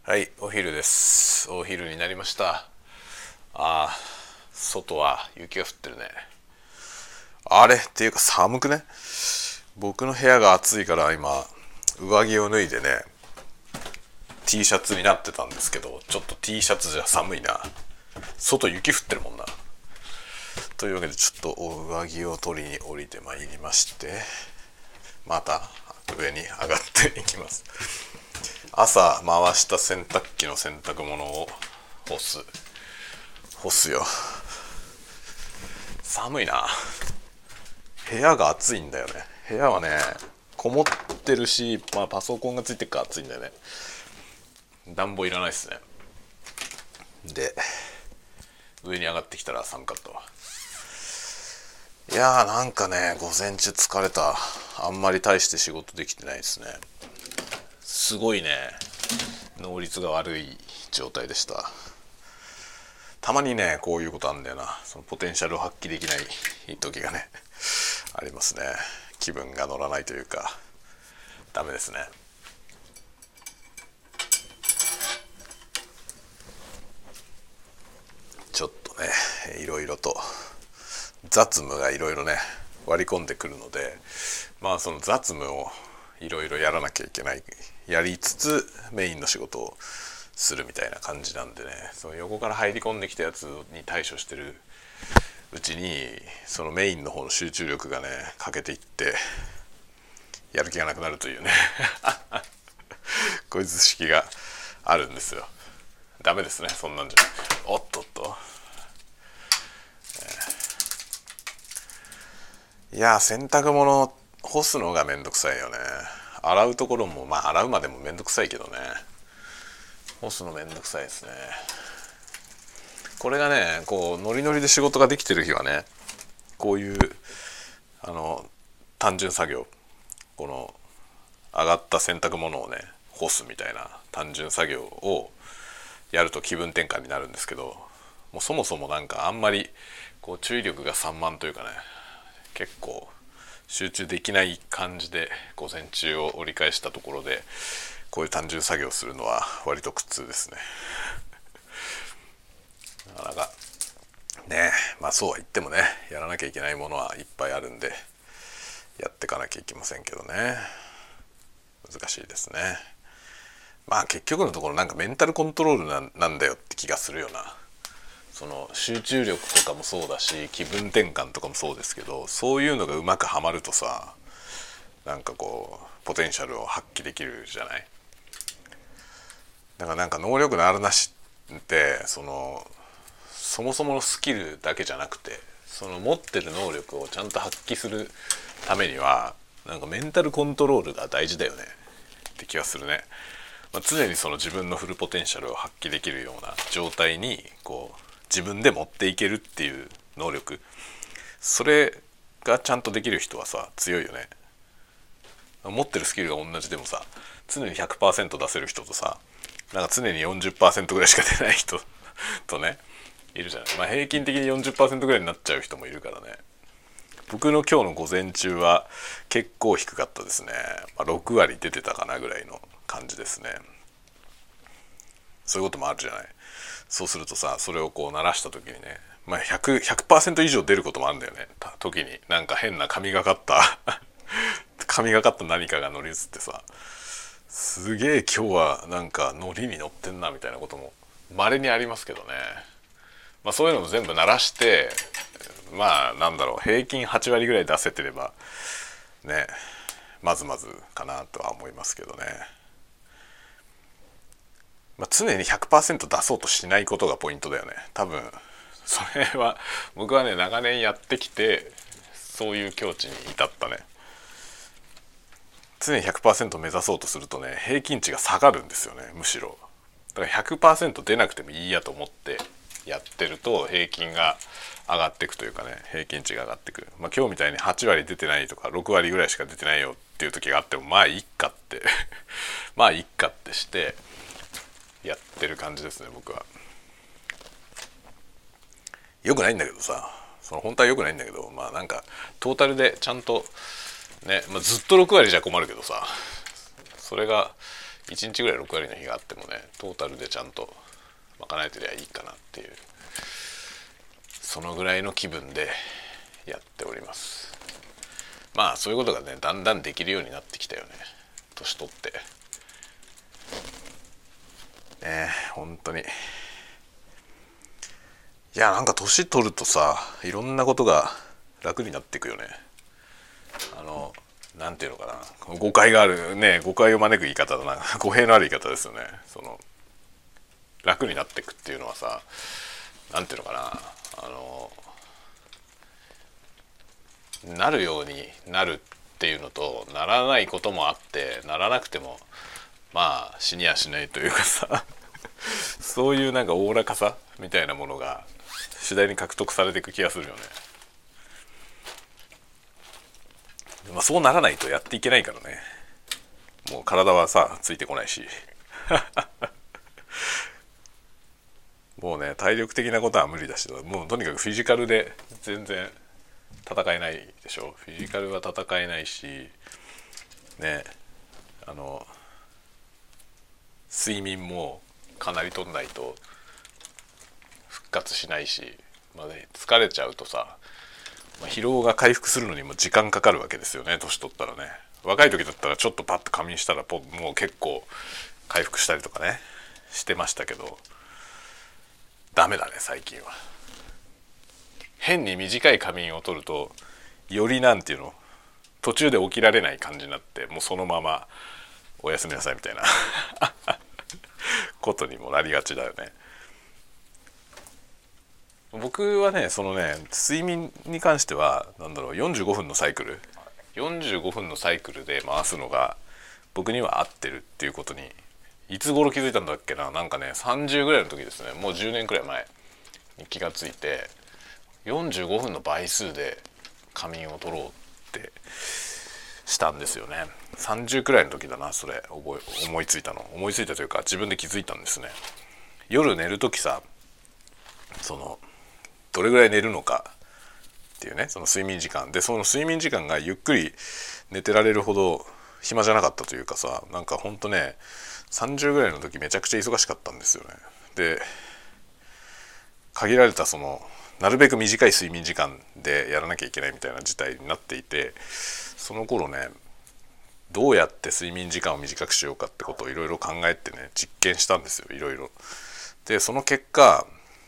はい、お昼です。お昼になりました。外は雪が降ってるね。あれっていうか寒くね。僕の部屋が暑いから今上着を脱いでね T シャツになってたんですけど、ちょっと T シャツじゃ寒いな。外雪降ってるもんな。というわけでちょっと上着を取りに降りてまいりまして、また上に上がっていきます。朝回した洗濯機の洗濯物を干すよ。寒いな。部屋が暑いんだよね。部屋はねこもってるし、パソコンがついてるから暑いんだよね。暖房いらないっすね。で上に上がってきたら寒かったわ。いやーなんかね午前中疲れた。あんまり大して仕事できてないですね。すごいね能率が悪い状態でした。たまにねこういうことあるんだよな。そのポテンシャルを発揮できない時がねありますね。気分が乗らないというかダメですね。ちょっとねいろいろと雑務がいろいろね割り込んでくるので、その雑務をいろいろやらなきゃいけない、やりつつメインの仕事をするみたいな感じなんでね、その横から入り込んできたやつに対処してるうちにそのメインの方の集中力がね欠けていってやる気がなくなるというねこいつ式があるんですよ。ダメですねそんなんじゃ。おっとっと、いや洗濯物干すのがめんどくさいよね。洗うところも洗うまでもめんどくさいけどね、干すのめんどくさいですね。これがねこうノリノリで仕事ができてる日はね、こういうあの単純作業、この上がった洗濯物をね干すみたいな単純作業をやると気分転換になるんですけど、もうそもそもなんかあんまりこう注意力が散漫というかね、結構集中できない感じで午前中を折り返したところでこういう単純作業するのは割と苦痛ですね。なかなかね、そうは言ってもねやらなきゃいけないものはいっぱいあるんでやっていかなきゃいけませんけどね、難しいですね。結局のところなんかメンタルコントロールなんだよって気がするよな。その集中力とかもそうだし気分転換とかもそうですけど、そういうのがうまくはまるとさ、なんかこうポテンシャルを発揮できるじゃない。だからなんか能力のあるなしってそもそものスキルだけじゃなくて、その持ってる能力をちゃんと発揮するためにはなんかメンタルコントロールが大事だよねって気がするね。常にその自分のフルポテンシャルを発揮できるような状態にこう自分で持っていけるっていう能力、それがちゃんとできる人はさ強いよね。持ってるスキルが同じでもさ常に 100% 出せる人とさ、なんか常に 40% ぐらいしか出ない人とねいるじゃない。平均的に 40% ぐらいになっちゃう人もいるからね。僕の今日の午前中は結構低かったですね。6割出てたかなぐらいの感じですね。そういうこともあるじゃない。そうするとさそれをこう鳴らした時にね、100% 以上出ることもあるんだよね。時になんか変な神がかった神がかった何かが乗り移ってさ、すげえ今日はなんかノリに乗ってんなみたいなことも稀にありますけどね。そういうのも全部鳴らしてなんだろう、平均8割ぐらい出せてればねまずまずかなとは思いますけどね。常に 100% 出そうとしないことがポイントだよね多分。それは僕はね長年やってきてそういう境地に至ったね。常に 100% 目指そうとするとね平均値が下がるんですよね。むしろだから 100% 出なくてもいいやと思ってやってると平均が上がっていくというかね、平均値が上がっていく。今日みたいに8割出てないとか6割ぐらいしか出てないよっていう時があってもいいかっていいかってしてやってる感じですね僕は。良くないんだけどさ、本当は良くないんだけど、なんかトータルでちゃんとね、ずっと6割じゃ困るけどさ、それが 1日ぐらい6割の日があってもね、トータルでちゃんと賄えてりゃいいかなっていう、そのぐらいの気分でやっております。まあそういうことがねだんだんできるようになってきたよね、年取ってね。本当に、いやなんか年取るとさ、いろんなことが楽になっていくよね。なんていうのかな、誤解があるね、誤解を招く言い方だな、語弊のある言い方ですよね。その楽になっていくっていうのはさ、なんていうのかな、なるようになるっていうのと、ならないこともあって、ならなくてもまあ死にやしないというかさそういうなんかおおらかさみたいなものが次第に獲得されていく気がするよね。まあそうならないとやっていけないからね。もう体はさついてこないしもうね体力的なことは無理だし、もうとにかくフィジカルで全然戦えないでしょ。フィジカルは戦えないしね、睡眠もかなりとんないと復活しないし、まあね、疲れちゃうとさ、疲労が回復するのにも時間かかるわけですよね、年取ったらね。若い時だったらちょっとパッと仮眠したらもう結構回復したりとかねしてましたけど、ダメだね最近は。変に短い仮眠を取るとよりなんていうの、途中で起きられない感じになって、もうそのままおやすみなさいみたいなことにもなりがちだよね。僕はね、そのね睡眠に関してはなんだろう、45分のサイクルで回すのが僕には合ってるっていうことにいつ頃気づいたんだっけな。なんかね30ぐらいの時ですね、もう10年くらい前に気がついて、45分の倍数で仮眠を取ろうってしたんですよね。30くらいの時だな、それ思いついたというか自分で気づいたんですね。夜寝る時さ、そのどれぐらい寝るのかっていうね、その睡眠時間で、その睡眠時間がゆっくり寝てられるほど暇じゃなかったというかさ、なんかほんとね30ぐらいの時めちゃくちゃ忙しかったんですよね。で限られたそのなるべく短い睡眠時間でやらなきゃいけないみたいな事態になっていて、その頃ねどうやって睡眠時間を短くしようかってことをいろいろ考えてね実験したんですよ、いろいろ。でその結果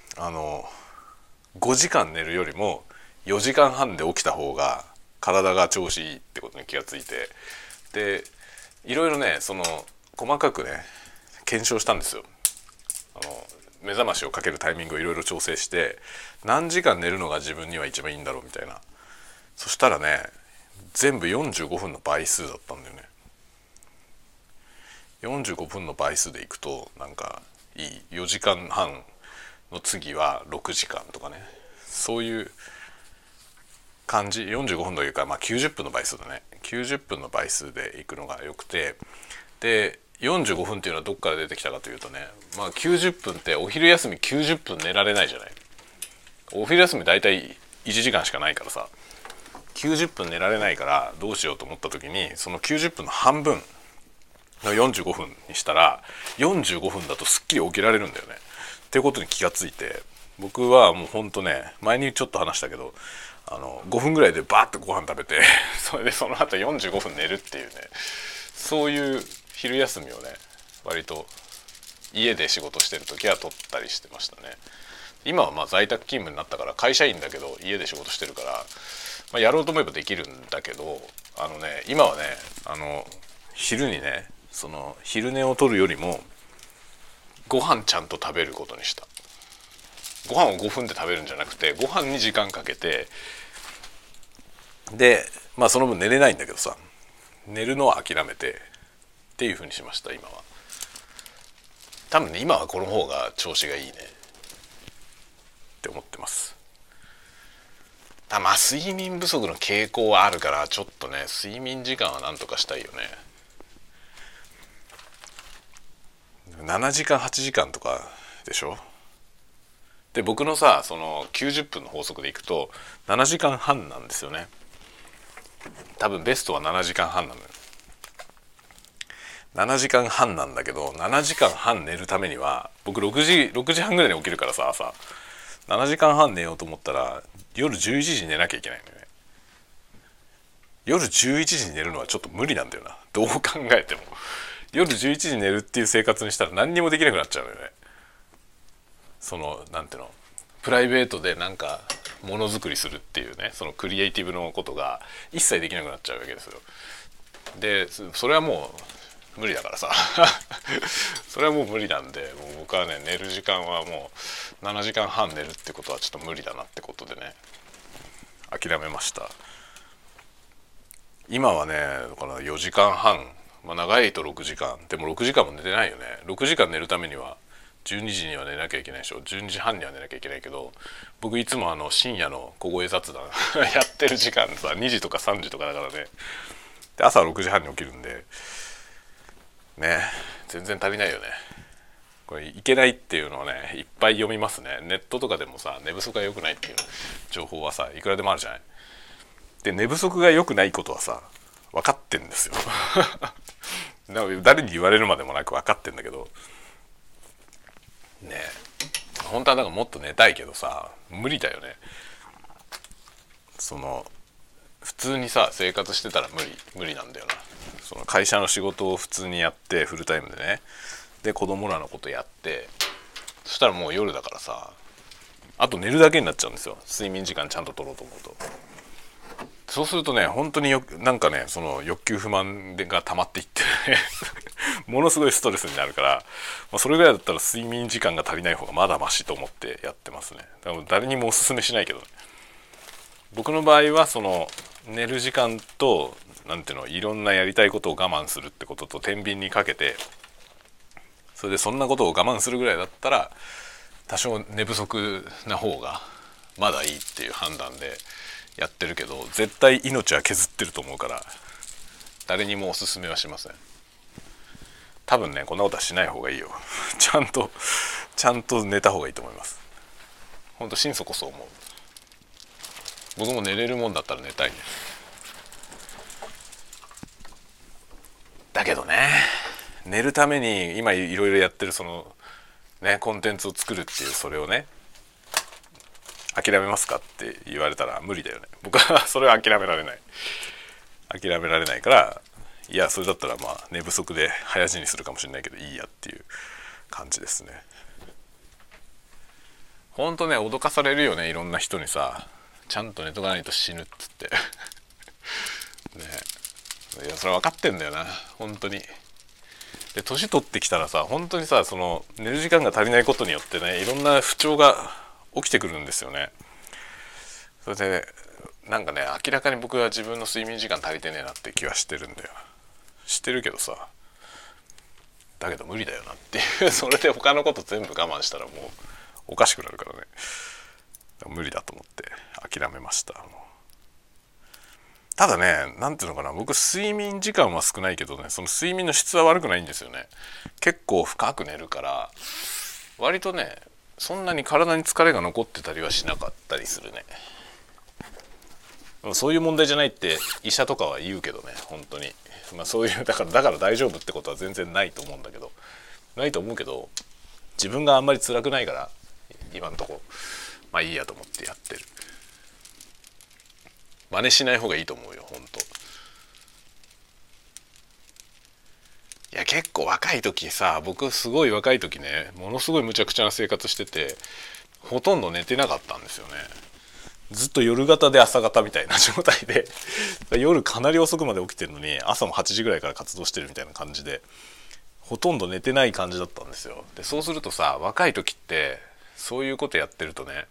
5時間寝るよりも4時間半で起きた方が体が調子いいってことに気がついて、でいろいろねその細かくね検証したんですよ。目覚ましをかけるタイミングをいろいろ調整して、何時間寝るのが自分には一番いいんだろうみたいな。そしたらね全部45分の倍数だったんだよね。45分の倍数でいくとなんかいい、4時間半の次は6時間とかね、そういう感じ。45分というか、まあ、90分の倍数だね。90分の倍数でいくのがよくて、で45分っていうのはどっから出てきたかというとね、まあ90分ってお昼休み90分寝られないじゃない。お昼休みだいたい1時間しかないからさ、90分寝られないからどうしようと思った時に、その90分の半分の45分にしたら45分だとすっきり起きられるんだよねっていうことに気がついて、僕はもうほんとね前にちょっと話したけど5分ぐらいでバーッとご飯食べてそれでその後45分寝るっていうね、そういう昼休みをね割と家で仕事してる時は取ったりしてましたね。今はまあ在宅勤務になったから会社員だけど家で仕事してるから、まあ、やろうと思えばできるんだけど、今はね昼にねその昼寝を取るよりもご飯ちゃんと食べることにした。ご飯を5分で食べるんじゃなくてご飯に時間かけて、でまあその分寝れないんだけどさ、寝るのは諦めてっていう風にしました。今は多分ね今はこの方が調子がいいねって思ってます。まあ睡眠不足の傾向はあるからちょっとね睡眠時間はなんとかしたいよね。7時間8時間とかでしょ。で僕のさその90分の法則でいくと7時間半なんですよね。多分ベストは7時間半なのよ。 7時間半なんだけど、7時間半寝るためには僕6時半ぐらいに起きるからさ、朝7時間半寝ようと思ったら夜11時に寝なきゃいけないのよね。夜11時に寝るのはちょっと無理なんだよな、どう考えても。夜11時に寝るっていう生活にしたら何にもできなくなっちゃうのよね。そのなんていうの、プライベートでなんかものづくりするっていうね、そのクリエイティブのことが一切できなくなっちゃうわけですよ。でそれはもう無理だからさそれはもう無理なんで、もう僕はね、寝る時間はもう7時間半寝るってことはちょっと無理だなってことでね、諦めました。今はね、だから4時間半、長いと6時間、でも6時間も寝てないよね。6時間寝るためには12時には寝なきゃいけないでしょ。12時半には寝なきゃいけないけど、僕いつも深夜の小声雑談やってる時間さ、2時とか3時とかだからね。で朝6時半に起きるんでね、全然足りないよね。これいけないっていうのをね、いっぱい読みますね。ネットとかでもさ、寝不足が良くないっていう情報はさ、いくらでもあるじゃない。で寝不足が良くないことはさ、分かってんですよ誰に言われるまでもなく分かってんだけどね。本当はだからもっと寝たいけどさ、無理だよね。その普通にさ生活してたら無理なんだよな。その会社の仕事を普通にやってフルタイムでね、で子供らのことやって、そしたらもう夜だからさ、あと寝るだけになっちゃうんですよ、睡眠時間ちゃんと取ろうと思うと。そうするとね、本当になんかね、その欲求不満が溜まっていってねものすごいストレスになるから、それぐらいだったら睡眠時間が足りない方がまだマシと思ってやってますね。だから誰にもおすすめしないけどね。僕の場合はその寝る時間となんていうの、いろんなやりたいことを我慢するってことと天秤にかけて、それでそんなことを我慢するぐらいだったら多少寝不足な方がまだいいっていう判断でやってるけど、絶対命は削ってると思うから誰にもおすすめはしません。多分ね、こんなことはしない方がいいよちゃんと寝た方がいいと思います。ほんと心底そう思う。僕も寝れるもんだったら寝たいね。だけどね、寝るために今いろいろやってるそのね、コンテンツを作るっていう、それをね諦めますかって言われたら無理だよね。僕はそれは諦められないから、いやそれだったら寝不足で早死にするかもしれないけどいいやっていう感じですね。ほんとね、脅かされるよね、いろんな人にさ、ちゃんと寝とかないと死ぬっつってね。いやそれ分かってんだよな本当に。で年取ってきたらさ、本当にさ、その寝る時間が足りないことによってね、いろんな不調が起きてくるんですよね。それでなんかね、明らかに僕は自分の睡眠時間足りてねえなって気はしてるんだよ。してるけどさ、だけど無理だよなっていうそれで他のこと全部我慢したらもうおかしくなるからね、無理だと思って諦めました。ただね、なんていうのかな、僕睡眠時間は少ないけどね、その睡眠の質は悪くないんですよね。結構深く寝るから割とね、そんなに体に疲れが残ってたりはしなかったりするね。そういう問題じゃないって医者とかは言うけどね、本当に。そういうだから大丈夫ってことは全然ないと思うんだけど、自分があんまり辛くないから今んとこいいやと思ってやってる。真似しない方がいいと思うよ本当。いや結構若い時さ、僕すごい若い時ね、ものすごい無茶苦茶な生活してて、ほとんど寝てなかったんですよね。ずっと夜型で朝型みたいな状態で夜かなり遅くまで起きてるのに朝も8時ぐらいから活動してるみたいな感じで、ほとんど寝てない感じだったんですよ。でそうするとさ、若い時ってそういうことやってるとね、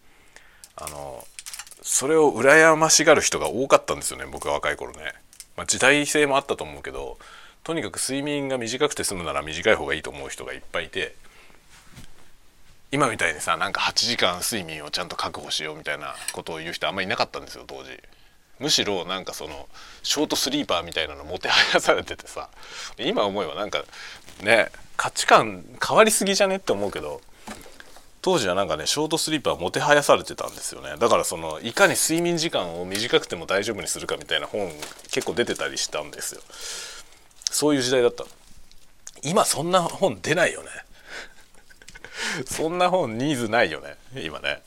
それを羨ましがる人が多かったんですよね、僕が若い頃ね。時代性もあったと思うけど、とにかく睡眠が短くて済むなら短い方がいいと思う人がいっぱいいて、今みたいにさ、なんか8時間睡眠をちゃんと確保しようみたいなことを言う人あんまりいなかったんですよ当時。むしろなんかそのショートスリーパーみたいなのもてはやされててさ、今思えばなんかね、価値観変わりすぎじゃねって思うけど、当時はなんかね、ショートスリーパーもてはやされてたんですよね。だからそのいかに睡眠時間を短くても大丈夫にするかみたいな本結構出てたりしたんですよ。そういう時代だった。 今そんな本出ないよね。そんな本ニーズないよね今ね。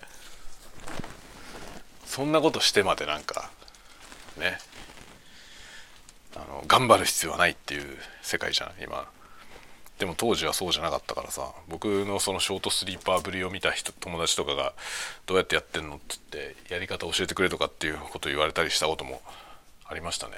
そんなことしてまでなんかね、頑張る必要はないっていう世界じゃん今。でも当時はそうじゃなかったからさ、僕のそのショートスリーパーぶりを見た友達とかがどうやってやってんのって言ってやり方教えてくれとかっていうこと言われたりしたこともありましたね。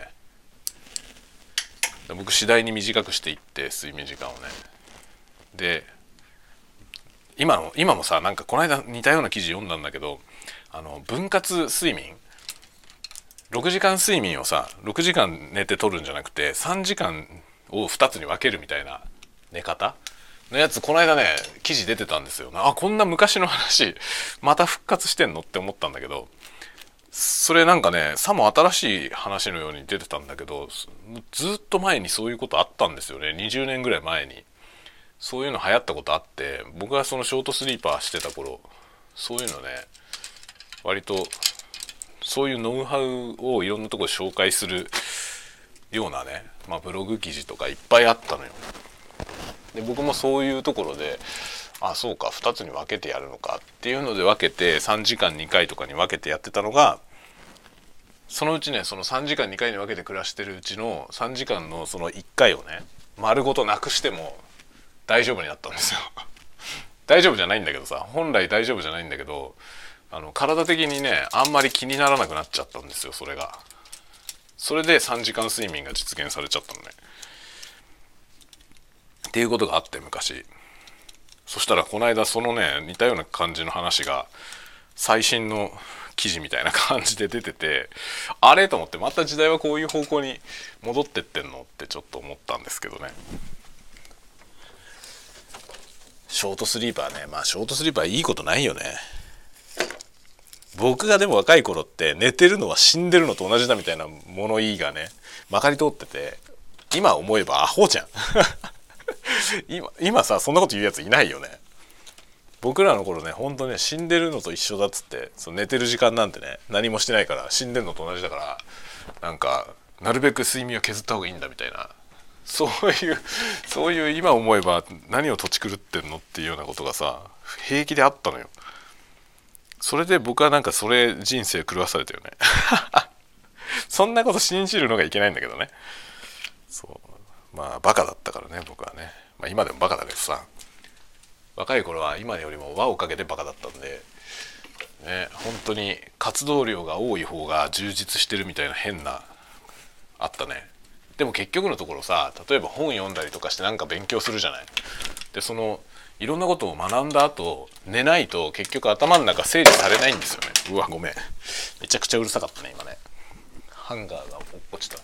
僕次第に短くしていって睡眠時間をね。で今もさ、なんかこの間似たような記事読んだんだけど、分割睡眠、6時間睡眠をさ6時間寝て取るんじゃなくて3時間を2つに分けるみたいな寝方のやつ、この間ね記事出てたんですよ。あ、こんな昔の話また復活してんのって思ったんだけど、それなんかねさも新しい話のように出てたんだけど、ずっと前にそういうことあったんですよね。20年ぐらい前にそういうの流行ったことあって、僕がそのショートスリーパーしてた頃、そういうのね割とそういうノウハウをいろんなところで紹介するようなね、ブログ記事とかいっぱいあったのよ。で僕もそういうところで、あ、そうか2つに分けてやるのかっていうので分けて3時間2回とかに分けてやってたのが、そのうちねその3時間2回に分けて暮らしてるうちの3時間のその1回をね丸ごとなくしても大丈夫になったんですよ。大丈夫じゃないんだけどさ、本来大丈夫じゃないんだけど、体的にねあんまり気にならなくなっちゃったんですよ。それで3時間睡眠が実現されちゃったのねっていうことがあって昔。そしたらこの間そのね似たような感じの話が最新の記事みたいな感じで出てて、あれと思って、また時代はこういう方向に戻ってってんのってちょっと思ったんですけどね。ショートスリーパーね、ショートスリーパーいいことないよね。僕がでも若い頃って寝てるのは死んでるのと同じだみたいな物言いがねまかり通ってて、今思えばアホじゃん。今さそんなこと言うやついないよね。僕らの頃ねほんとね死んでるのと一緒だっつって、その寝てる時間なんてね何もしてないから死んでるのと同じだから、なんかなるべく睡眠を削った方がいいんだみたいな、そういう今思えば何を土地狂ってんのっていうようなことがさ平気であったのよ。それで僕はなんかそれ人生狂わされたよね。そんなこと信じるのがいけないんだけどね。そうバカだったからね僕はね。今でもバカだけどさ、若い頃は今よりも輪をかけてバカだったんでね、本当に活動量が多い方が充実してるみたいな変なあったね。でも結局のところさ、例えば本読んだりとかしてなんか勉強するじゃない。でそのいろんなことを学んだ後寝ないと結局頭の中整理されないんですよね。うわごめん、めちゃくちゃうるさかったね今ね。ハンガーが落ちた。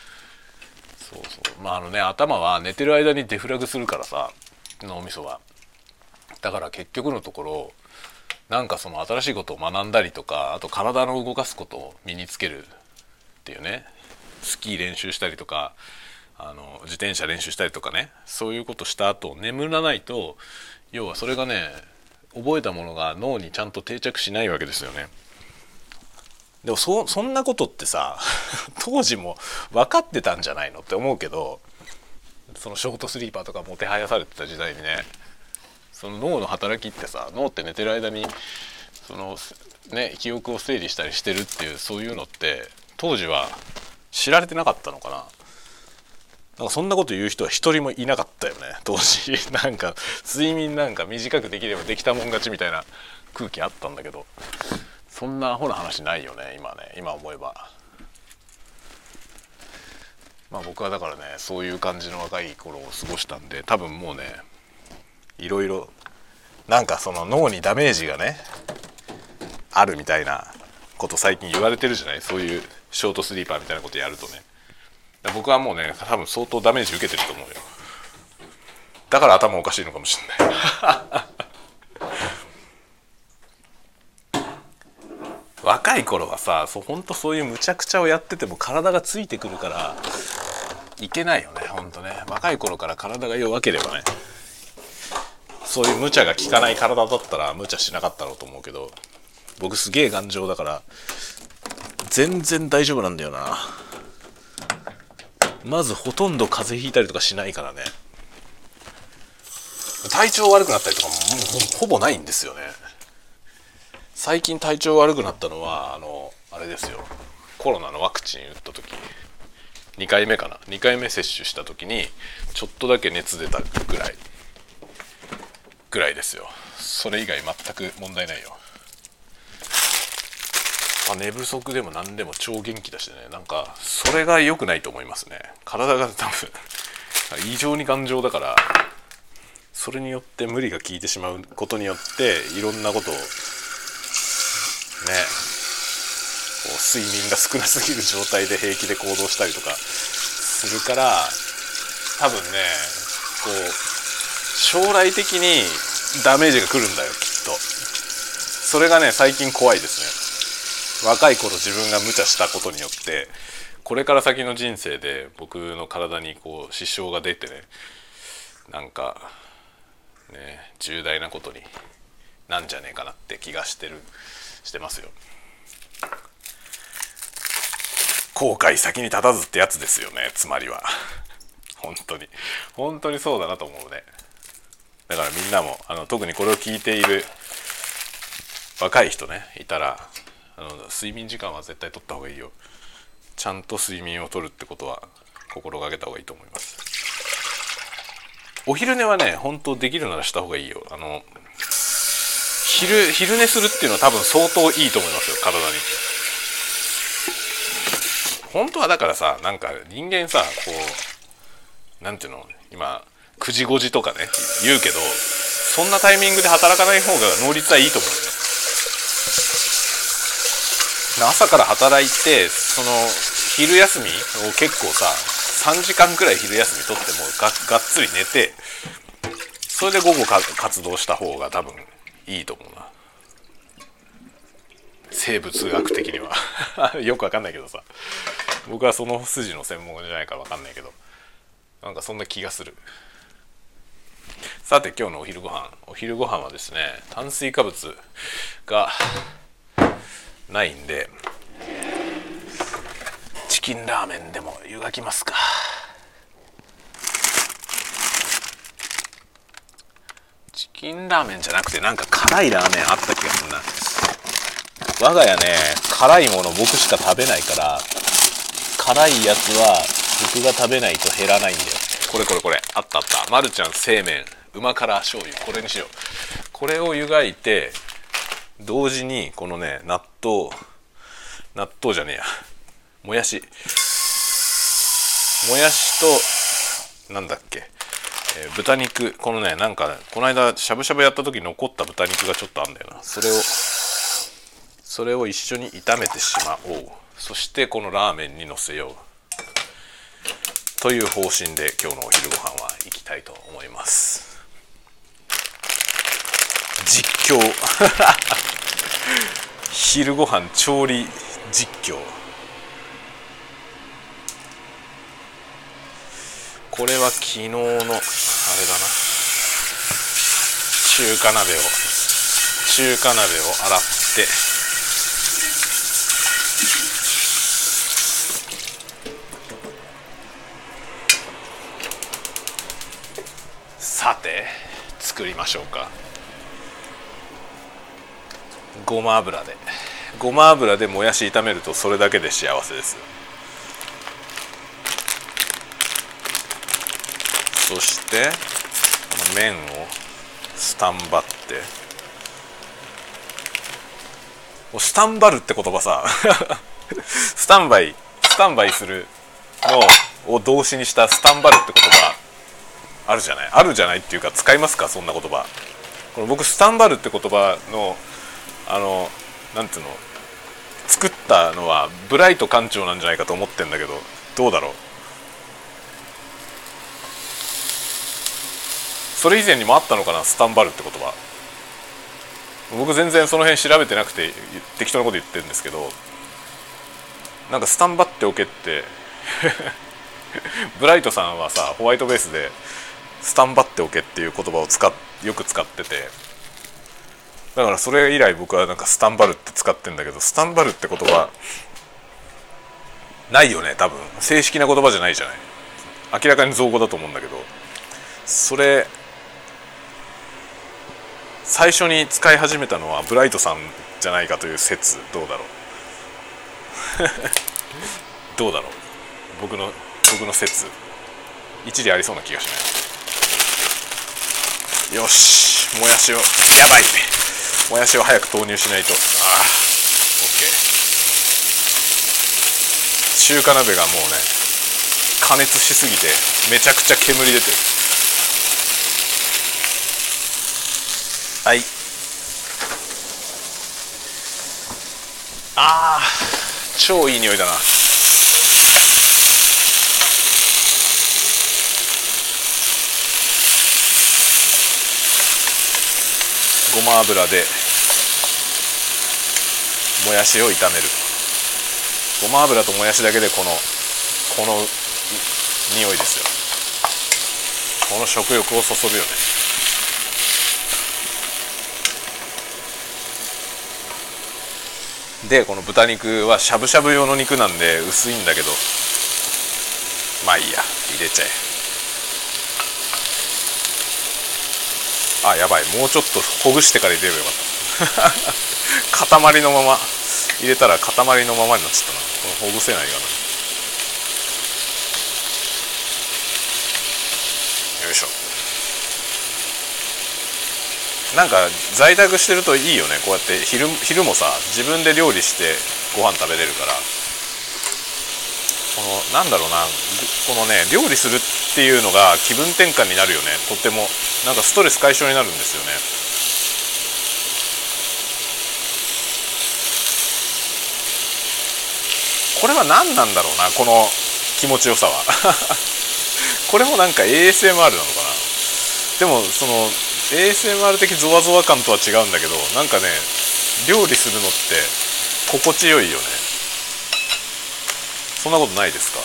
そう頭は寝てる間にデフラグするからさ、脳みそは。だから結局のところなんかその新しいことを学んだりとか、あと体の動かすことを身につけるっていうね、スキー練習したりとか自転車練習したりとかね、そういうことした後眠らないと、要はそれがね覚えたものが脳にちゃんと定着しないわけですよね。でもそんなことってさ当時も分かってたんじゃないのって思うけど、そのショートスリーパーとかもてはやされてた時代にね、その脳の働きってさ、脳って寝てる間にそのね記憶を整理したりしてるっていう、そういうのって当時は知られてなかったのかな。なんかそんなこと言う人は一人もいなかったよね当時。なんか睡眠なんか短くできればできたもん勝ちみたいな空気あったんだけど、そんなアホな話ないよね今思えば。僕はだからねそういう感じの若い頃を過ごしたんで、多分もうねいろいろなんかその脳にダメージがねあるみたいなこと最近言われてるじゃない。そういうショートスリーパーみたいなことやるとね、僕はもうね多分相当ダメージ受けてると思うよ。だから頭おかしいのかもしれない。若い頃はさほんとそういう無茶苦茶をやってても体がついてくるからいけないよねほんとね。若い頃から体が弱ければね、そういう無茶が効かない体だったら無茶しなかったろうと思うけど、僕すげえ頑丈だから全然大丈夫なんだよな。まずほとんど風邪ひいたりとかしないからね。 体調悪くなったりとかももうほぼないんですよね。最近体調悪くなったのはあれですよ、コロナのワクチン打った時、2回目かな、2回目接種した時にちょっとだけ熱出たぐらいですよ。それ以外全く問題ないよ。寝不足でも何でも超元気だしね、なんかそれが良くないと思いますね。体が多分異常に頑丈だから、それによって無理が効いてしまうことによっていろんなことをね、こう睡眠が少なすぎる状態で平気で行動したりとかするから、多分ねこう将来的にダメージが来るんだよきっと。それがね最近怖いですね。若い頃自分が無茶したことによってこれから先の人生で僕の体にこう支障が出てね、なんかね重大なことになんじゃねえかなって気がしてますよ。後悔先に立たずってやつですよね、つまりは。本当にそうだなと思うね。だからみんなも特にこれを聞いている若い人ねいたら、睡眠時間は絶対取った方がいいよ。ちゃんと睡眠を取るってことは心がけた方がいいと思います。お昼寝はね本当できるならした方がいいよ。昼寝するっていうのは多分相当いいと思いますよ、体に。本当はだからさ、なんか人間さこうなんていうの、今9時5時とかね言うけど、そんなタイミングで働かない方が能率はいいと思うよね。朝から働いてその昼休みを結構さ3時間くらい昼休み取ってもがっつり寝て、それで午後活動した方が多分いいと思うな、生物学的には。よくわかんないけどさ、僕はその筋の専門じゃないからわかんないけど、なんかそんな気がする。さて今日のお昼ご飯はですね、炭水化物がないんでチキンラーメンでも湯がきますか。チキンラーメンじゃなくてなんか辛いラーメンあった気がするな。我が家ね辛いもの僕しか食べないから、辛いやつは僕が食べないと減らないんだよ。これあったマルちゃん製麺うま辛醤油、これにしよう。これを湯がいて同時にこのね納豆じゃねえや、もやしとなんだっけ、豚肉、このねなんかこの間しゃぶしゃぶやった時残った豚肉がちょっとあるんだよな。それを一緒に炒めてしまおう。そしてこのラーメンにのせようという方針で今日のお昼ご飯は行きたいと思います。実況昼ご飯調理実況。これは昨日のあれだな、中華鍋を洗ってさて作りましょうか。ごま油でもやし炒めるとそれだけで幸せです。そしてこの麺をスタンバって、スタンバるって言葉さスタンバイするのを動詞にしたスタンバるって言葉あるじゃないっていうか、使いますかそんな言葉。これ僕スタンバるって言葉のなんていうの、作ったのはブライト館長なんじゃないかと思ってんだけど、どうだろう。それ以前にもあったのかな、スタンバるって言葉。僕全然その辺調べてなくて適当なこと言ってるんですけど、なんかスタンバっておけってブライトさんはさホワイトベースでスタンバっておけっていう言葉をよく使ってて、だからそれ以来僕はなんかスタンバるって使ってんだけど、スタンバるって言葉ないよね、多分正式な言葉じゃないじゃない。明らかに造語だと思うんだけど、それ最初に使い始めたのはブライトさんじゃないかという説、どうだろうどうだろう、僕の説一理ありそうな気がしない。よし、もやしを、やばい、もやしを早く投入しないと。中華鍋がもうね加熱しすぎてめちゃくちゃ煙出てる。はい、超いい匂いだな。ごま油でもやしを炒める。ごま油ともやしだけでこの匂いですよ。この食欲をそそるよね。でこの豚肉はしゃぶしゃぶ用の肉なんで薄いんだけど、まあいいや、入れちゃえ。やばい、もうちょっとほぐしてから入れればよかった塊のまま入れたら塊のままになっちゃったな。このほぐせないかな。よいしょ。なんか在宅してるといいよね、こうやって昼もさ自分で料理してご飯食べれるから。このなんだろうな、このね料理するっていうのが気分転換になるよね。とってもなんかストレス解消になるんですよね。これは何なんだろうな、この気持ちよさはこれもなんか ASMR なのかな。でもその ASMR 的ゾワゾワ感とは違うんだけど、なんかね料理するのって心地よいよね。そんなことないですか？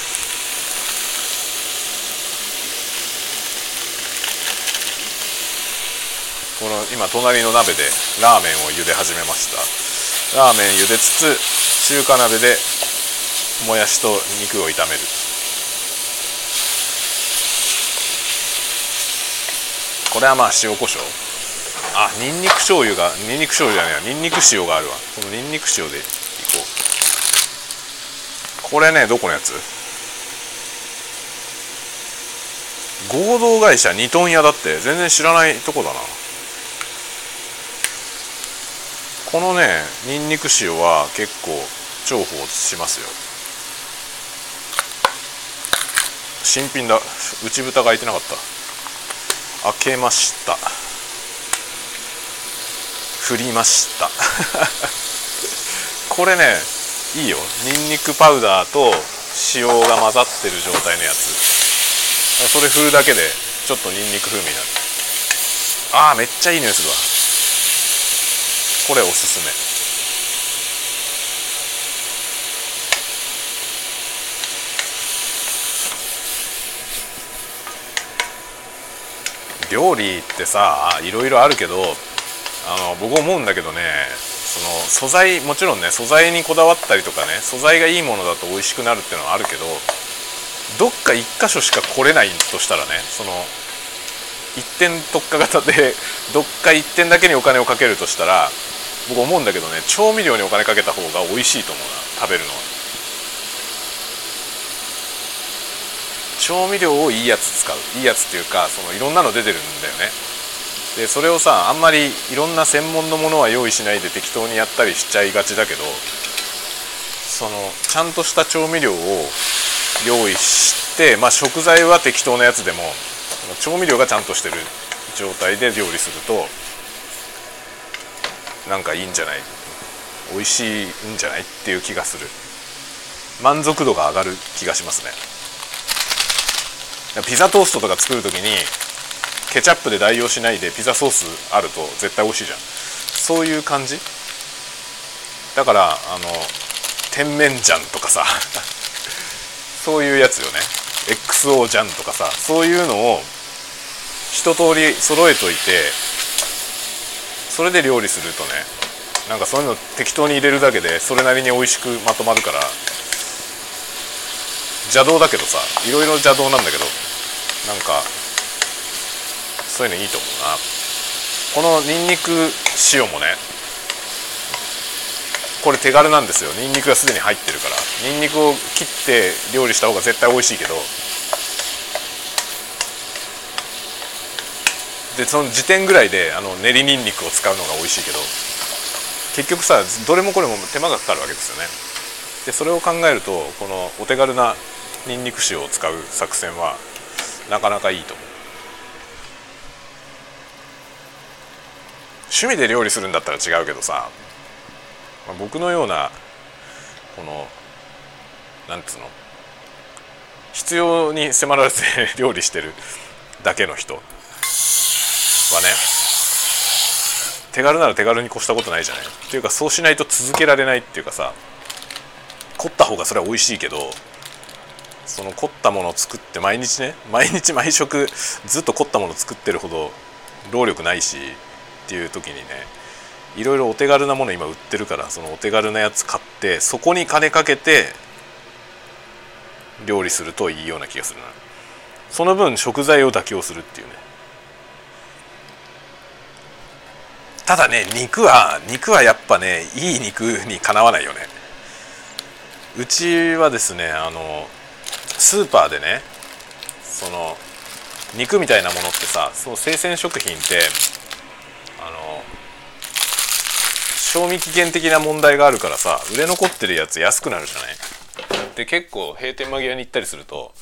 この今隣の鍋でラーメンを茹で始めました。ラーメン茹でつつ中華鍋でもやしと肉を炒める。これはまあ塩コショウ、ニンニク醤油じゃねえや、ニンニク塩があるわ。このニンニク塩でいこう。これね、どこのやつ？合同会社2トン屋だって。全然知らないとこだな。このねニンニク塩は結構重宝しますよ。新品だ。内蓋が開いてなかった。開けました。振りましたこれねいいよ。ニンニクパウダーと塩が混ざってる状態のやつ。それ振るだけでちょっとニンニク風味になる。めっちゃいい匂いするわ。これおすすめ。料理ってさいろいろあるけど、僕思うんだけどね、その素材、もちろんね素材にこだわったりとかね、素材がいいものだと美味しくなるっていうのはあるけど、どっか一箇所しか来れないとしたらね、その一点特化型でどっか一点だけにお金をかけるとしたら、僕思うんだけどね、調味料にお金かけた方が美味しいと思うな、食べるのは。調味料をいいやつ使う、いいやつっていうか、そのいろんなの出てるんだよね。でそれをさ、あんまりいろんな専門のものは用意しないで適当にやったりしちゃいがちだけど、そのちゃんとした調味料を用意して、食材は適当なやつでも調味料がちゃんとしてる状態で料理するとなんかいいんじゃない、美味しいんじゃないっていう気がする。満足度が上がる気がしますね。ピザトーストとか作るときにケチャップで代用しないでピザソースあると絶対美味しいじゃん。そういう感じだから、甜麺醤とかさそういうやつよね。 XO 醤とかさ、そういうのを一通り揃えといて、それで料理するとね、なんかそういうの適当に入れるだけでそれなりに美味しくまとまるから、邪道だけどさ、いろいろ邪道なんだけど、なんかそういうのいいと思うな。 このニンニク塩もね、これ手軽なんですよ。ニンニクがすでに入ってるから。ニンニクを切って料理した方が絶対美味しいけど、でその時点ぐらいで練りニンニクを使うのが美味しいけど、結局さ、どれもこれも手間がかかるわけですよね。でそれを考えると、このお手軽なニンニク塩を使う作戦はなかなかいいと思う。趣味で料理するんだったら違うけどさ、僕のようなこのなんつうの、必要に迫られて料理してるだけの人はね、手軽なら手軽に越したことないじゃない。っていうか、そうしないと続けられないっていうかさ、凝った方がそれは美味しいけど、その凝ったものを作って毎日ね、毎日毎食ずっと凝ったものを作ってるほど労力ないしっていう時にね、いろいろお手軽なもの今売ってるから、そのお手軽なやつ買ってそこに金かけて料理するといいような気がするな。その分食材を妥協するっていうね。ただね、肉はやっぱね、いい肉にかなわないよね。うちはですね、スーパーでね、その肉みたいなものってさ、その生鮮食品って賞味期限的な問題があるからさ、売れ残ってるやつ安くなるじゃない。で結構閉店間際に行ったりすると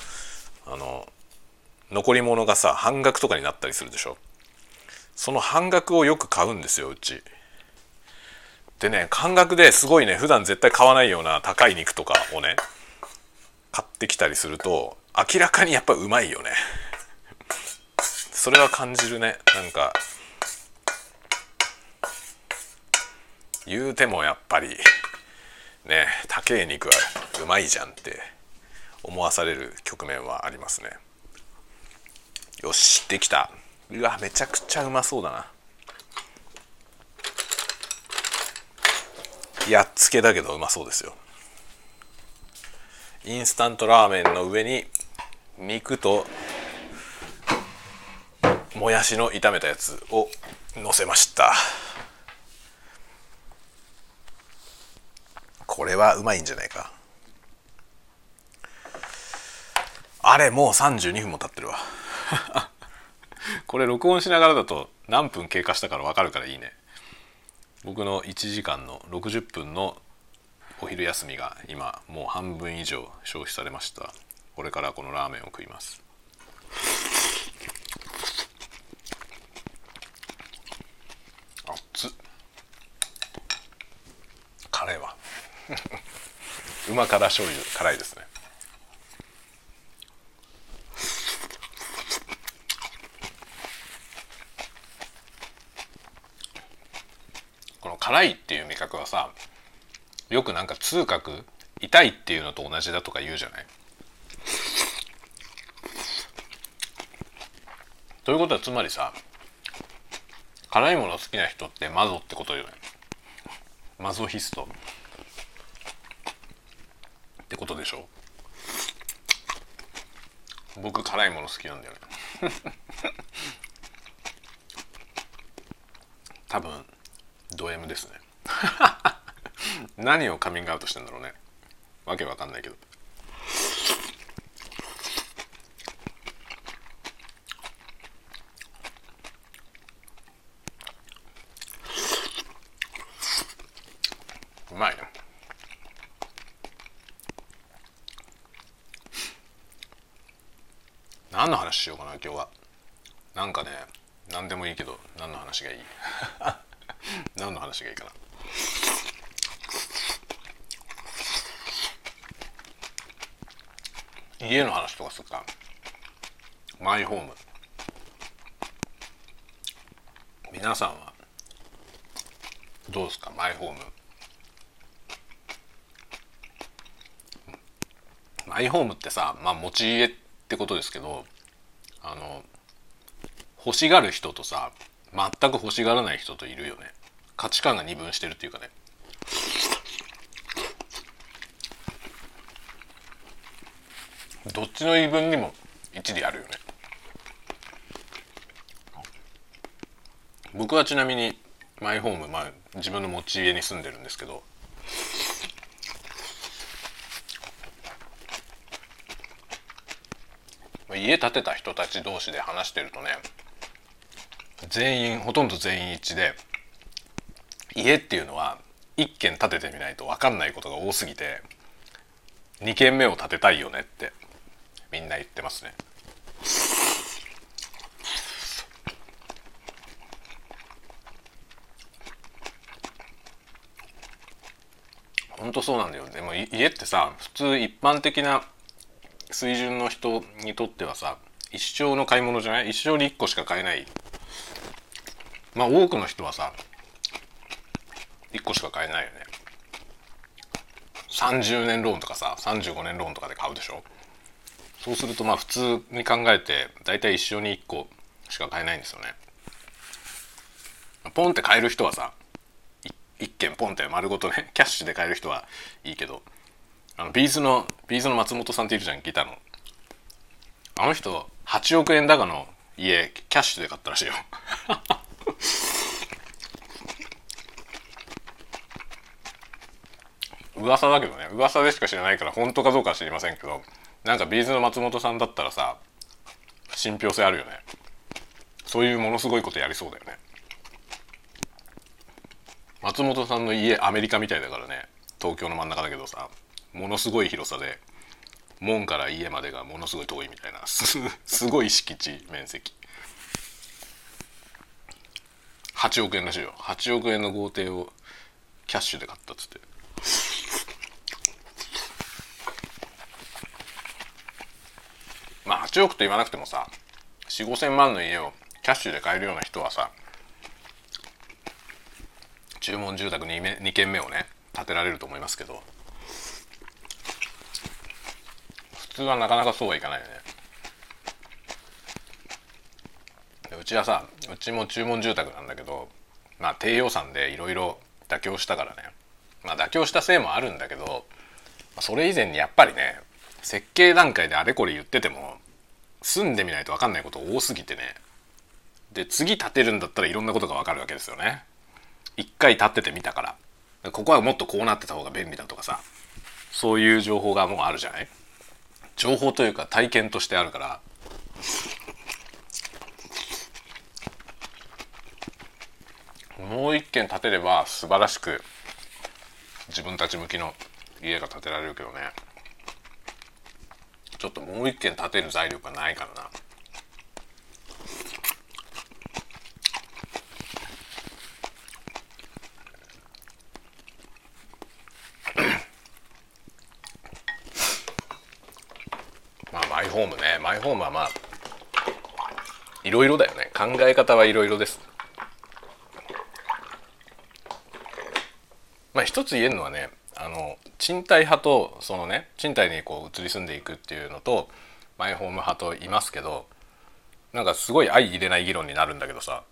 残り物がさ半額とかになったりするでしょ。その半額をよく買うんですよ、うちでね。半額ですごいね、普段絶対買わないような高い肉とかをね買ってきたりすると、明らかにやっぱうまいよね。それは感じるね。なんか言うてもやっぱりね、高い肉はうまいじゃんって思わされる局面はありますね。よし、できた。うわ、めちゃくちゃうまそうだな。やっつけだけどうまそうですよ。インスタントラーメンの上に肉ともやしの炒めたやつを乗せました。これはうまいんじゃないか。あれ、もう32分も経ってるわ。これ録音しながらだと何分経過したから分かるからいいね。僕の1時間の60分のお昼休みが今もう半分以上消費されました。これからこのラーメンを食います。熱っ。辛いわ。うま辛醤油辛いですね。この辛いっていう味覚はさ、よくなんか痛覚、痛いっていうのと同じだとか言うじゃない。ということはつまりさ、辛いもの好きな人ってマゾってことよね。マゾヒストってことでしょ。僕辛いもの好きなんだよね。多分ド M ですね。何をカミングアウトしてんだろうね。わけわかんないけど。うまいね。何の話しようかな今日は。なんかね、何でもいいけど何の話がいい。何の話がいいかな。家の話とかするか。マイホーム。皆さんはどうですか、マイホーム。マイホームってさ、まあ持ち家ってことですけど、欲しがる人とさ、全く欲しがらない人といるよね。価値観が二分してるっていうかね。どっちの言い分にも一理あるよね。 僕はちなみにマイホーム、自分の持ち家に住んでるんですけど、家建てた人たち同士で話してるとね、ほとんど全員一致で、家っていうのは一軒建ててみないと分かんないことが多すぎて、2軒目を建てたいよねってみんな言ってますね。ほんとそうなんだよ。でも家ってさ、普通一般的な水準の人にとってはさ、一生の買い物じゃない？一生に1個しか買えない。多くの人はさ1個しか買えないよね。30年ローンとかさ、35年ローンとかで買うでしょ。そうすると普通に考えてだいたい一生に1個しか買えないんですよね。ポンって買える人はさ、1軒ポンって丸ごとね、キャッシュで買える人はいいけど、ビーズの松本さんっているじゃん、ギターの。あの人8億円高の家キャッシュで買ったらしいよ。噂だけどね、噂でしか知らないから本当かどうかは知りませんけど、なんかビーズの松本さんだったらさ、信憑性あるよね。そういうものすごいことやりそうだよね。松本さんの家アメリカみたいだからね。東京の真ん中だけどさ、ものすごい広さで、門から家までがものすごい遠いみたいな、すごい敷地面積。8億円らしいよ。8億円の豪邸をキャッシュで買ったっつって。8億と言わなくてもさ、4、5千万の家をキャッシュで買えるような人はさ、注文住宅に2軒目をね建てられると思いますけど、普通はなかなかそうはいかないよね。うちはさ、うちも注文住宅なんだけど、低予算でいろいろ妥協したからね。妥協したせいもあるんだけど、それ以前にやっぱりね、設計段階であれこれ言ってても住んでみないと分かんないこと多すぎてね。で次建てるんだったらいろんなことが分かるわけですよね。一回建ててみたから、ここはもっとこうなってた方が便利だとかさ、そういう情報がもうあるじゃない。情報というか体験としてあるから、もう一軒建てれば素晴らしく自分たち向きの家が建てられるけどね、ちょっともう一軒建てる財力がないからな。マイホームね、マイホームはいろいろだよね。考え方はいろいろです。一つ言えるのはね、賃貸派とそのね、賃貸にこう移り住んでいくっていうのとマイホーム派といますけど、なんかすごい相入れない議論になるんだけどさ、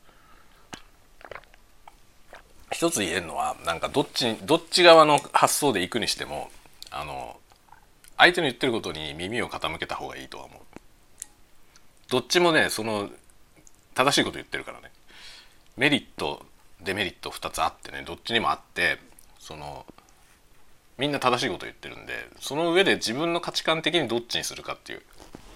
一つ言えるのは、なんかどっち側の発想で行くにしても、相手の言ってることに耳を傾けた方がいいとは思う。どっちもね、その正しいこと言ってるからね。メリットデメリット2つあってね、どっちにもあって、みんな正しいこと言ってるんで、その上で自分の価値観的にどっちにするかっていう。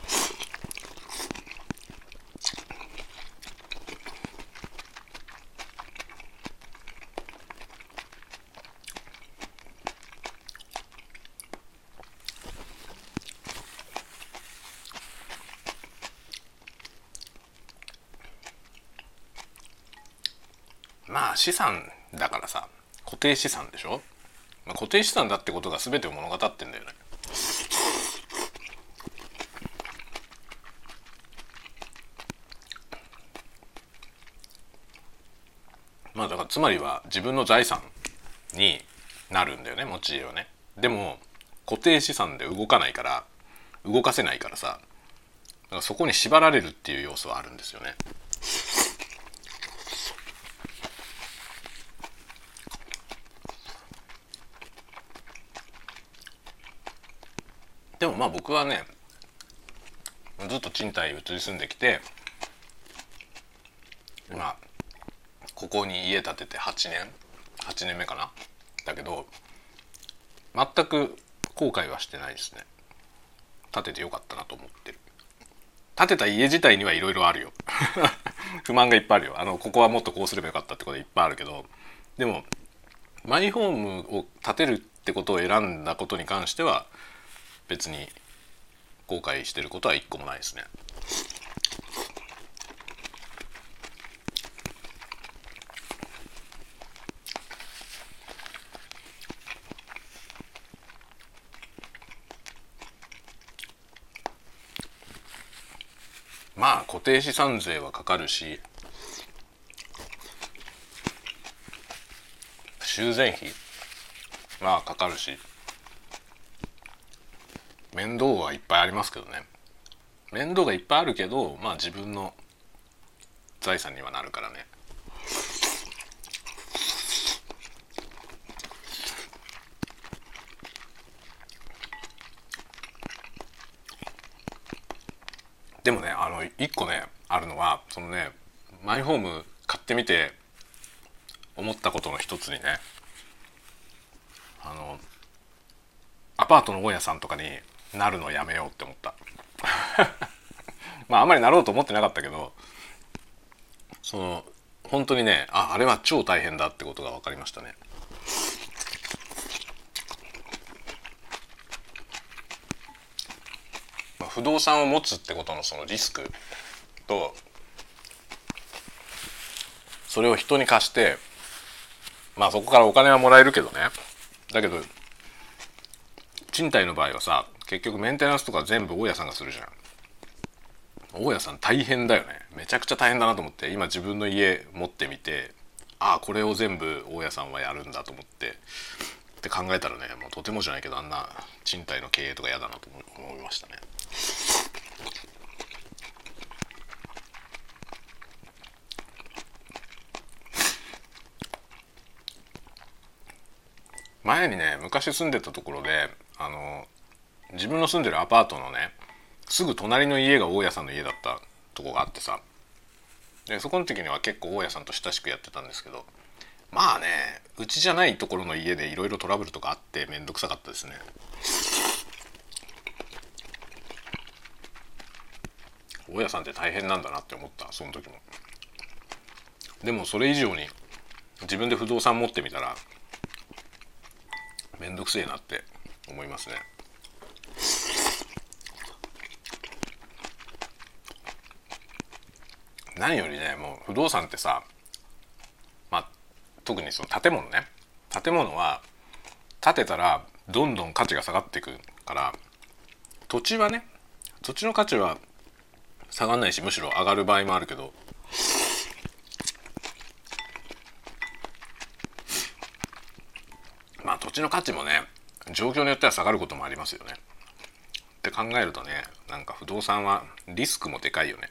資産だからさ、固定資産でしょ。固定資産だってことが全てを物語ってんだよね。だからつまりは自分の財産になるんだよね、持ち家はね。でも固定資産で動かないから、動かせないからさ、だからそこに縛られるっていう要素はあるんですよね。でも僕はね、ずっと賃貸に移り住んできて、 ここに家建てて8年目かな。だけど全く後悔はしてないですね。建ててよかったなと思ってる。建てた家自体にはいろいろあるよ不満がいっぱいあるよ。ここはもっとこうすればよかったってこといっぱいあるけど、でもマイホームを建てるってことを選んだことに関しては別に後悔してることは一個もないですね。まあ固定資産税はかかるし、修繕費まあかかるし、面倒はいっぱいありますけどね。面倒がいっぱいあるけど、まあ自分の財産にはなるからね。でもね、一個ねあるのは、そのねマイホーム買ってみて思ったことの一つにね、アパートの大家さんとかになるのやめようって思ったまああんまりなろうと思ってなかったけど、その本当にね、あれは超大変だってことが分かりましたね。不動産を持つってことのそのリスクと、それを人に貸して、まあそこからお金はもらえるけどね。だけど賃貸の場合はさ、結局メンテナンスとか全部大家さんがするじゃん。大家さん大変だよね。めちゃくちゃ大変だなと思って、今自分の家持ってみて、これを全部大家さんはやるんだと思って考えたらね、もうとてもじゃないけどあんな賃貸の経営とか嫌だなと思いましたね。前にね、昔住んでたところで自分の住んでるアパートのねすぐ隣の家が大家さんの家だったとこがあってさ、でそこの時には結構大家さんと親しくやってたんですけど、まあね、うちじゃないところの家でいろいろトラブルとかあってめんどくさかったですね。大家さんって大変なんだなって思った、その時も。でもそれ以上に自分で不動産持ってみたらめんどくせえなって思いますね。何よりね、もう不動産ってさ、まあ特にその建物ね、建物は建てたらどんどん価値が下がっていくから、土地はね、土地の価値は下がんないし、むしろ上がる場合もあるけど、まあ土地の価値もね、状況によっては下がることもありますよね。って考えるとね、なんか不動産はリスクもでかいよね。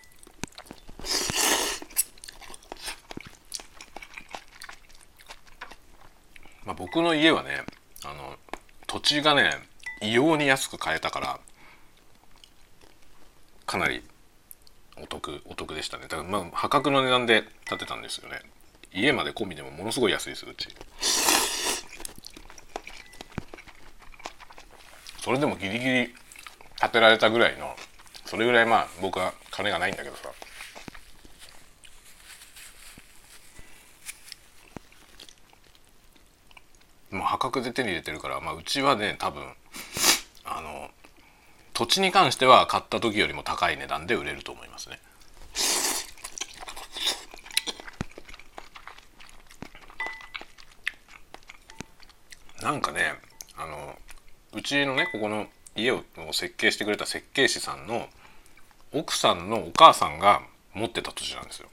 まあ僕の家はね、土地がね異様に安く買えたからかなりお得でしたね。だからまあ破格の値段で建てたんですよね。家まで込みでもものすごい安いです、うち。それでもギリギリ建てられたぐらいの、それぐらいまあ僕は金がないんだけどさ、もう破格で手に入れてるから、まあうちはね多分土地に関しては買った時よりも高い値段で売れると思いますね。なんかね、うちのねここの家を設計してくれた設計士さんの奥さんのお母さんが持ってた土地なんですよ。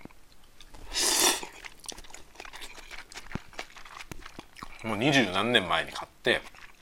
もう二十何年前に買って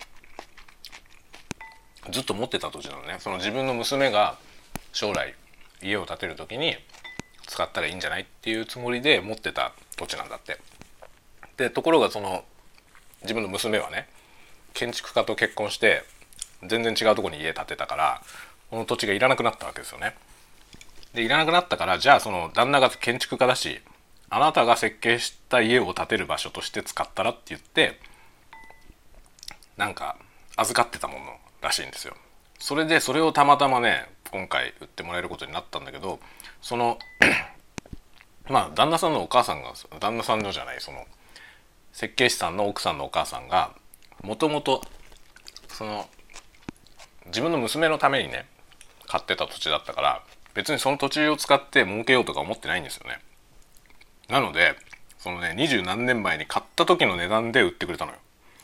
ずっと持ってた土地なのね。その自分の娘が将来家を建てる時に使ったらいいんじゃないっていうつもりで持ってた土地なんだって。でところがその自分の娘はね建築家と結婚して全然違うところに家建てたから、この土地がいらなくなったわけですよね。でいらなくなったから、じゃあその旦那が建築家だしあなたが設計した家を建てる場所として使ったらって言ってなんか預かってたものらしいんですよ。それをたまたまね今回売ってもらえることになったんだけど、そのまあ旦那さんのお母さんが、旦那さんのじゃない、その設計士さんの奥さんのお母さんがもともとその自分の娘のためにね買ってた土地だったから、別にその土地を使って儲けようとか思ってないんですよね。なのでそのね20何年前に買った時の値段で売ってくれたのよ。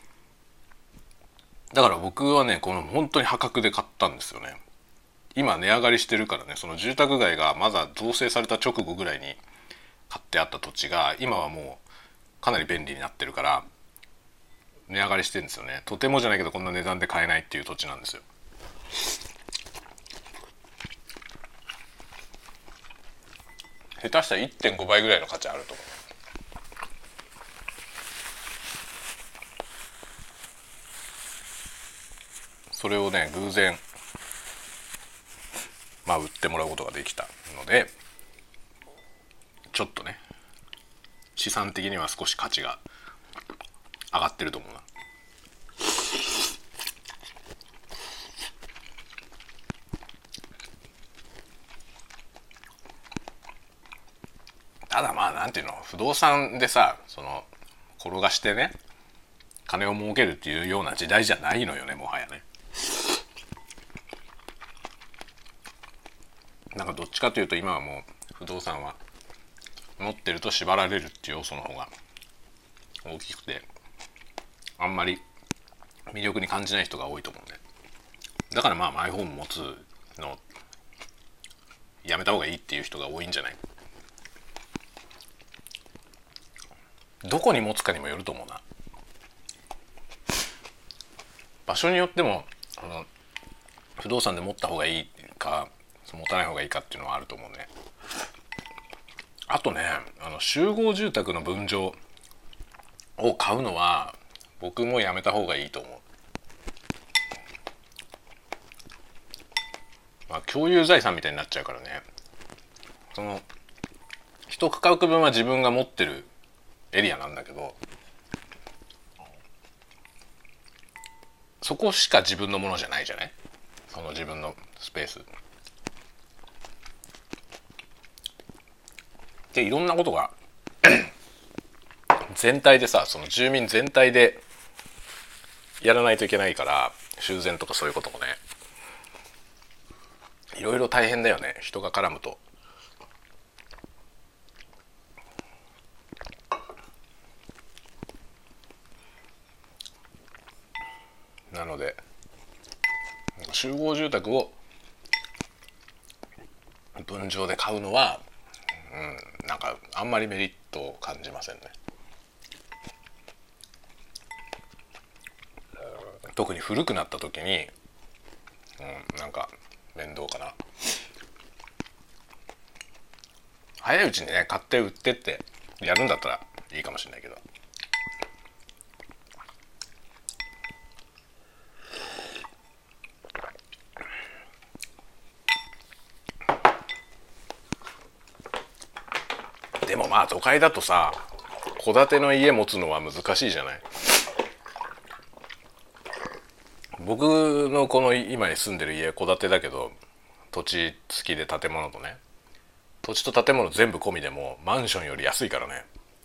だから僕はねこの本当に破格で買ったんですよね。今値上がりしてるからね、その住宅街がまだ造成された直後ぐらいに買ってあった土地が今はもうかなり便利になってるから値上がりしてるんですよね。とてもじゃないけどこんな値段で買えないっていう土地なんですよ。下手したら 1.5 倍ぐらいの価値あると思う。それをね偶然売ってもらうことができたので、ちょっとね資産的には少し価値が上がってると思うな。ただなんていうの、不動産でさその転がしてね金を儲けるっていうような時代じゃないのよね、もはやね。なんかどっちかというと今はもう不動産は持ってると縛られるっていう要素の方が大きくて、あんまり魅力に感じない人が多いと思うね。だからマイホーム持つのやめた方がいいっていう人が多いんじゃない。どこに持つかにもよると思うな。場所によっても不動産で持った方がいいか持たない方がいいかっていうのはあると思うね。あとね集合住宅の分譲を買うのは僕もやめた方がいいと思う。共有財産みたいになっちゃうからね。その一区画分は自分が持ってるエリアなんだけど、そこしか自分のものじゃないじゃない、その自分のスペースでいろんなことが全体でさ、その住民全体でやらないといけないから、修繕とかそういうこともねいろいろ大変だよね、人が絡むと。なので集合住宅を分譲で買うのは、なんかあんまりメリットを感じませんね。特に古くなった時に、なんか面倒かな。早いうちにね買って売ってってやるんだったらいいかもしれないけど。でも都会だとさ戸建ての家持つのは難しいじゃない。僕のこの今に住んでる家戸建てだけど土地付きで建物とね、土地と建物全部込みでもマンションより安いからね。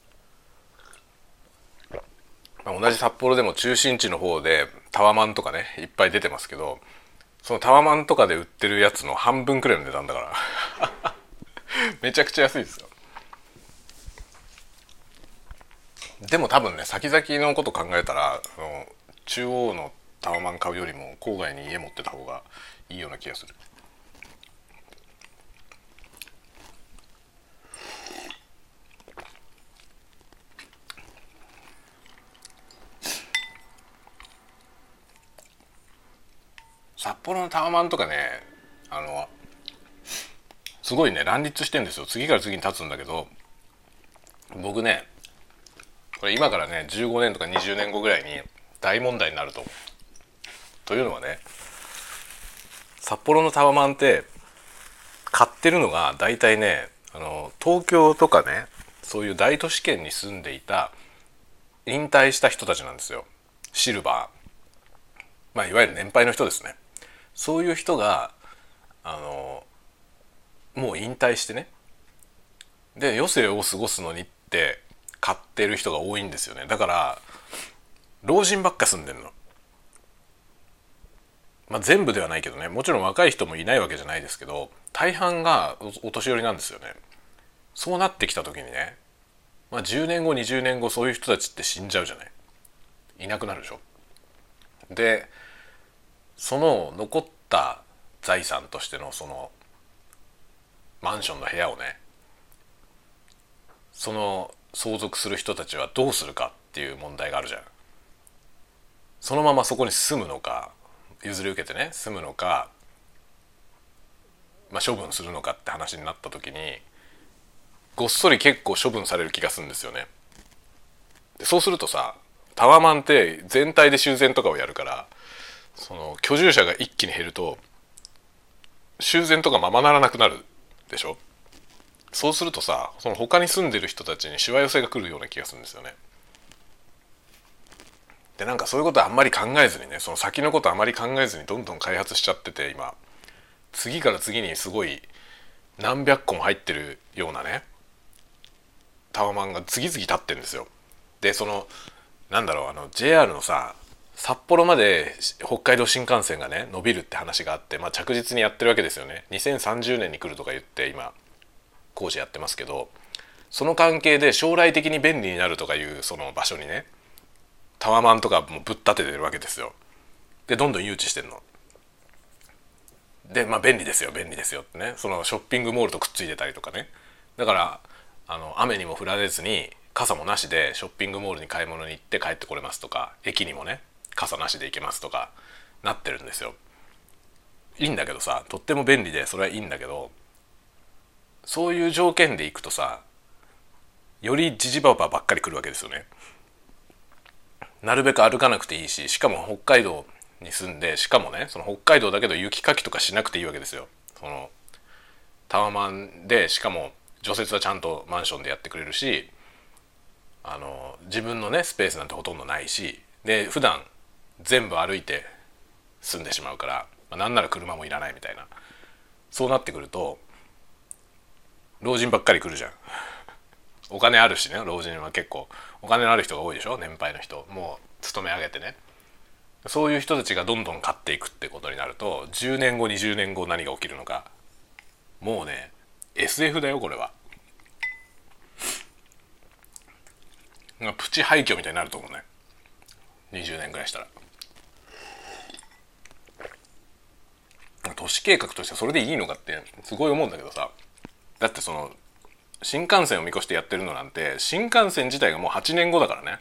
同じ札幌でも中心地の方でタワマンとかねいっぱい出てますけど、そのタワマンとかで売ってるやつの半分くらいの値段だからめちゃくちゃ安いですよ。でも多分ね先々のこと考えたら中央のタワマン買うよりも郊外に家持ってた方がいいような気がする。札幌のタワマンとかねすごいね乱立してんですよ。次から次に建つんだけど、僕ねこれ今からね15年とか20年後ぐらいに大問題になると思う。というのはね、札幌のタワマンって買ってるのが大体ね東京とかねそういう大都市圏に住んでいた引退した人たちなんですよ。シルバー、まあいわゆる年配の人ですね。そういう人がもう引退してね、で余生を過ごすのにって買ってる人が多いんですよね。だから老人ばっか住んでんの。まあ全部ではないけどね、もちろん若い人もいないわけじゃないですけど、大半がお年寄りなんですよね。そうなってきた時にね、まあ10年後20年後そういう人たちって死んじゃうじゃない、いなくなるでしょ。でその残った財産としてのそのマンションの部屋をね、その相続する人たちはどうするかっていう問題があるじゃん。そのままそこに住むのか、譲り受けてね住むのか、まあ、処分するのかって話になった時に、ごっそり結構処分される気がするんですよね。でそうするとさ、タワマンって全体で修繕とかをやるから、その居住者が一気に減ると修繕とかままならなくなるでしょ。そうするとさ、その他に住んでる人たちにしわ寄せが来るような気がするんですよね。でなんかそういうことあんまり考えずにね、その先のことあまり考えずにどんどん開発しちゃってて、今次から次にすごい何百個も入ってるようなねタワマンが次々立ってるんですよ。でそのなんだろう、JR のさ、札幌まで北海道新幹線がね伸びるって話があって、まあ、着実にやってるわけですよね。2030年に来るとか言って今工事やってますけど、その関係で将来的に便利になるとかいうその場所にねタワマンとかもぶっ立ててるわけですよ。でどんどん誘致してんので、まあ便利ですよ便利ですよってね、そのショッピングモールとくっついてたりとかね。だから雨にも降られずに傘もなしでショッピングモールに買い物に行って帰ってこれますとか、駅にもね傘なしで行けますとかなってるんですよ。いいんだけどさ、とっても便利でそれはいいんだけど、そういう条件で行くとさ、よりジジババばっかり来るわけですよね。なるべく歩かなくていいし、しかも北海道に住んで、しかもねその北海道だけど雪かきとかしなくていいわけですよ。そのタワマンで、しかも除雪はちゃんとマンションでやってくれるし、自分のねスペースなんてほとんどないし、で普段全部歩いて住んでしまうから、まあ、なんなら車もいらないみたいな。そうなってくると老人ばっかり来るじゃん。お金あるしね、老人は結構お金のある人が多いでしょ、年配の人、もう勤め上げてね。そういう人たちがどんどん買っていくってことになると、10年後20年後何が起きるのか、もうね SF だよこれは。プチ廃墟みたいになると思うね、20年ぐらいしたら。都市計画としてそれでいいのかってすごい思うんだけどさ。だってその新幹線を見越してやってるのなんて、新幹線自体がもう8年後だからね。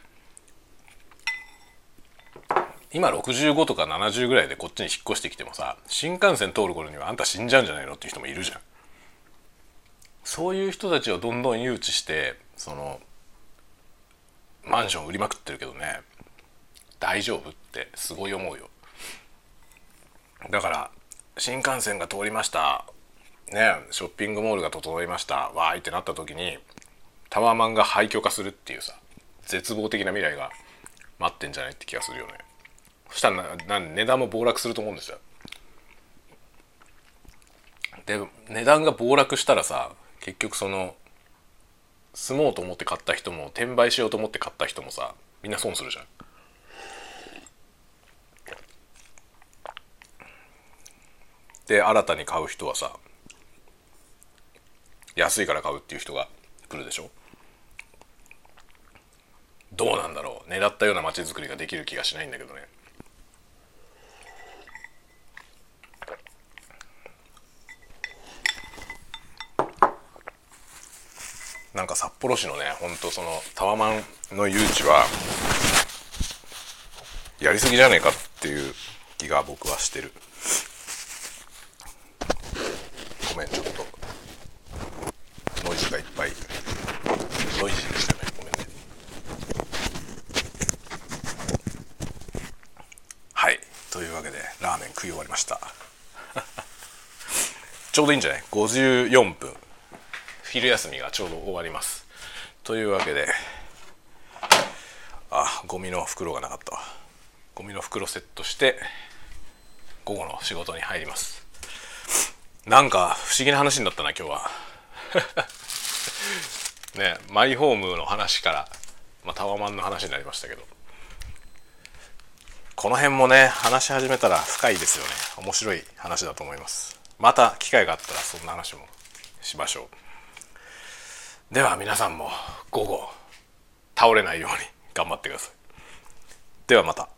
今65とか70ぐらいでこっちに引っ越してきてもさ、新幹線通る頃にはあんた死んじゃうんじゃないのっていう人もいるじゃん。そういう人たちをどんどん誘致して、そのマンション売りまくってるけどね、大丈夫ってすごい思うよ。だから新幹線が通りましたね、ショッピングモールが整いましたわーいってなった時にタワーマンが廃墟化するっていうさ、絶望的な未来が待ってんじゃないって気がするよね。そしたら値段も暴落すると思うんですよ。で値段が暴落したらさ、結局その住もうと思って買った人も転売しようと思って買った人もさ、みんな損するじゃん。で新たに買う人はさ、安いから買うっていう人が来るでしょ。どうなんだろう、狙ったような街づくりができる気がしないんだけどね。なんか札幌市のね、ほんとそのタワマンの誘致はやりすぎじゃねえかっていう気が僕はしてる。ごめん、ちょっとノイズがいっぱい、ノイジーでしたね、ごめんね。はい、というわけでラーメン食い終わりましたちょうどいいんじゃない、54分、昼休みがちょうど終わります。 というわけで、ゴミの袋がなかったわ。ゴミの袋セットして午後の仕事に入ります。なんか不思議な話になったな今日はね、マイホームの話から、タワマンの話になりましたけど、この辺もね話し始めたら深いですよね。面白い話だと思います。また機会があったらそんな話もしましょう。では皆さんも午後倒れないように頑張ってください。ではまた。